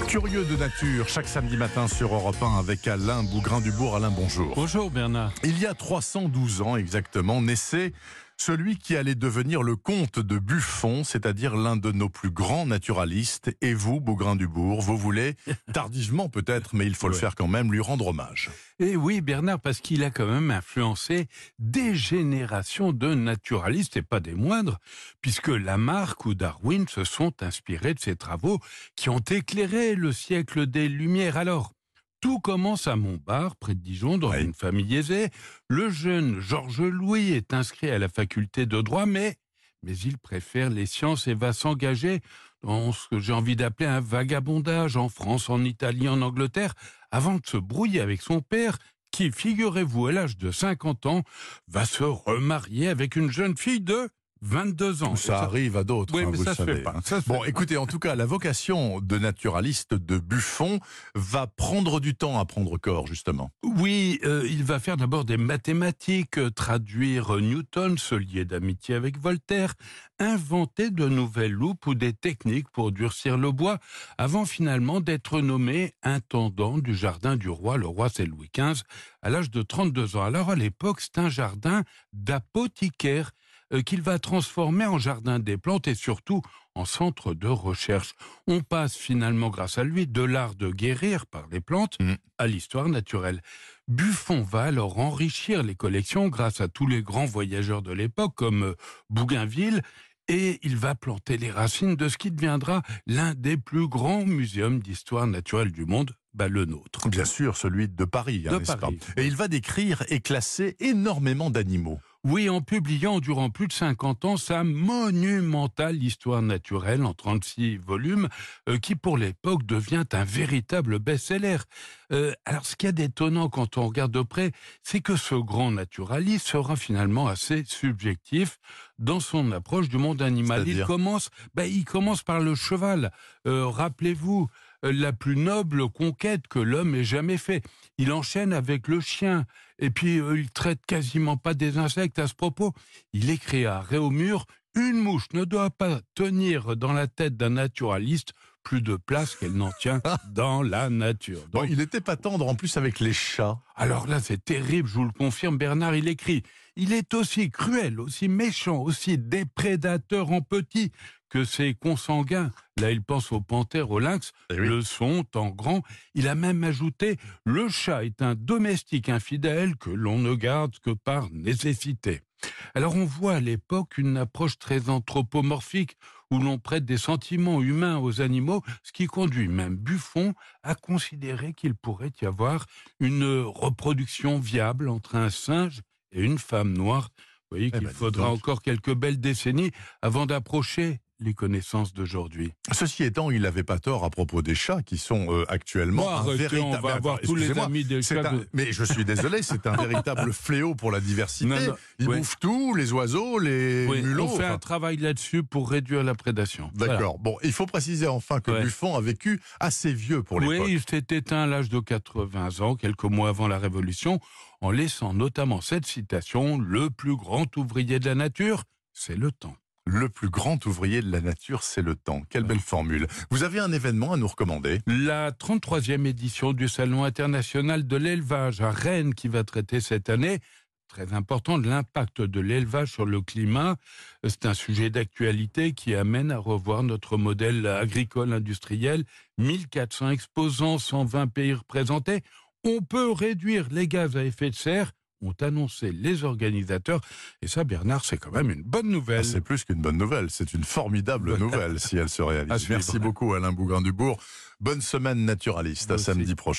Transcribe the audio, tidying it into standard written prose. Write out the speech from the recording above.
Curieux de nature, chaque samedi matin sur Europe 1 avec Alain Bougrain-Dubourg. Alain, bonjour. Bonjour Bernard. Il y a 312 ans exactement, naissait celui qui allait devenir le comte de Buffon, c'est-à-dire l'un de nos plus grands naturalistes. Et vous, Bougrain-Dubourg, vous voulez, tardivement peut-être, mais il faut le faire quand même, lui rendre hommage. Et oui Bernard, parce qu'il a quand même influencé des générations de naturalistes, et pas des moindres, puisque Lamarck ou Darwin se sont inspirés de ses travaux qui ont éclairé le siècle des Lumières. Alors, tout commence à Montbard, près de Dijon, dans une famille aisée. Le jeune Georges Louis est inscrit à la faculté de droit, mais il préfère les sciences et va s'engager dans ce que j'ai envie d'appeler un vagabondage en France, en Italie, en Angleterre, avant de se brouiller avec son père, qui, figurez-vous, à l'âge de 50 ans, va se remarier avec une jeune fille de 22 ans. Ça arrive à d'autres, oui, mais vous ça le savez. Se fait pas. Bon, écoutez, en tout cas, la vocation de naturaliste de Buffon va prendre du temps à prendre corps, justement. Oui, il va faire d'abord des mathématiques, traduire Newton, se lier d'amitié avec Voltaire, inventer de nouvelles loupes ou des techniques pour durcir le bois, avant finalement d'être nommé intendant du jardin du roi. Le roi, c'est Louis XV, à l'âge de 32 ans. Alors, à l'époque, c'est un jardin d'apothicaire qu'il va transformer en jardin des plantes et surtout en centre de recherche. On passe finalement, grâce à lui, de l'art de guérir par les plantes à l'histoire naturelle. Buffon va alors enrichir les collections grâce à tous les grands voyageurs de l'époque, comme Bougainville, et il va planter les racines de ce qui deviendra l'un des plus grands muséums d'histoire naturelle du monde, le nôtre. Bien sûr, celui de Paris, n'est-ce pas ? Et il va décrire et classer énormément d'animaux. Oui, en publiant durant plus de 50 ans sa monumentale histoire naturelle en 36 volumes, qui pour l'époque devient un véritable best-seller. Alors ce qu'il y a d'étonnant quand on regarde de près, c'est que ce grand naturaliste sera finalement assez subjectif dans son approche du monde animal. Il commence par le cheval. Rappelez-vous, la plus noble conquête que l'homme ait jamais fait. Il enchaîne avec le chien, et puis il traite quasiment pas des insectes à ce propos. Il écrit à Réaumur, une mouche ne doit pas tenir dans la tête d'un naturaliste plus de place qu'elle n'en tient dans la nature. Donc, il n'était pas tendre en plus avec les chats. Alors là, c'est terrible, je vous le confirme, Bernard, il écrit « Il est aussi cruel, aussi méchant, aussi déprédateur en petit que ses consanguins ». Là, il pense aux panthères, aux lynx, le sont en grand. Il a même ajouté « Le chat est un domestique infidèle que l'on ne garde que par nécessité ». Alors on voit à l'époque une approche très anthropomorphique où l'on prête des sentiments humains aux animaux, ce qui conduit même Buffon à considérer qu'il pourrait y avoir une reproduction viable entre un singe et une femme noire. Vous voyez qu'il faudra encore quelques belles décennies avant d'approcher les connaissances d'aujourd'hui. Ceci étant, il n'avait pas tort à propos des chats qui sont actuellement un véritable... On va avoir tous les amis des chats. Mais je suis désolé, c'est un véritable fléau pour la diversité. Ils bouffent tout, les oiseaux, les mulots. On fait un travail là-dessus pour réduire la prédation. D'accord. Bon, il faut préciser enfin que Buffon a vécu assez vieux pour l'époque. Oui, il s'est éteint à l'âge de 80 ans, quelques mois avant la Révolution, en laissant notamment cette citation « Le plus grand ouvrier de la nature, c'est le temps ». Le plus grand ouvrier de la nature, c'est le temps. Quelle belle formule. Vous avez un événement à nous recommander ? La 33e édition du Salon international de l'élevage à Rennes qui va traiter cette année, très important, de l'impact de l'élevage sur le climat. C'est un sujet d'actualité qui amène à revoir notre modèle agricole industriel. 1400 exposants, 120 pays représentés. On peut réduire les gaz à effet de serre, ont annoncé les organisateurs. Et ça, Bernard, c'est quand même une bonne nouvelle. C'est plus qu'une bonne nouvelle, c'est une formidable nouvelle si elle se réalise. Merci beaucoup Alain Bougrain-Dubourg. Bonne semaine naturaliste, à samedi prochain.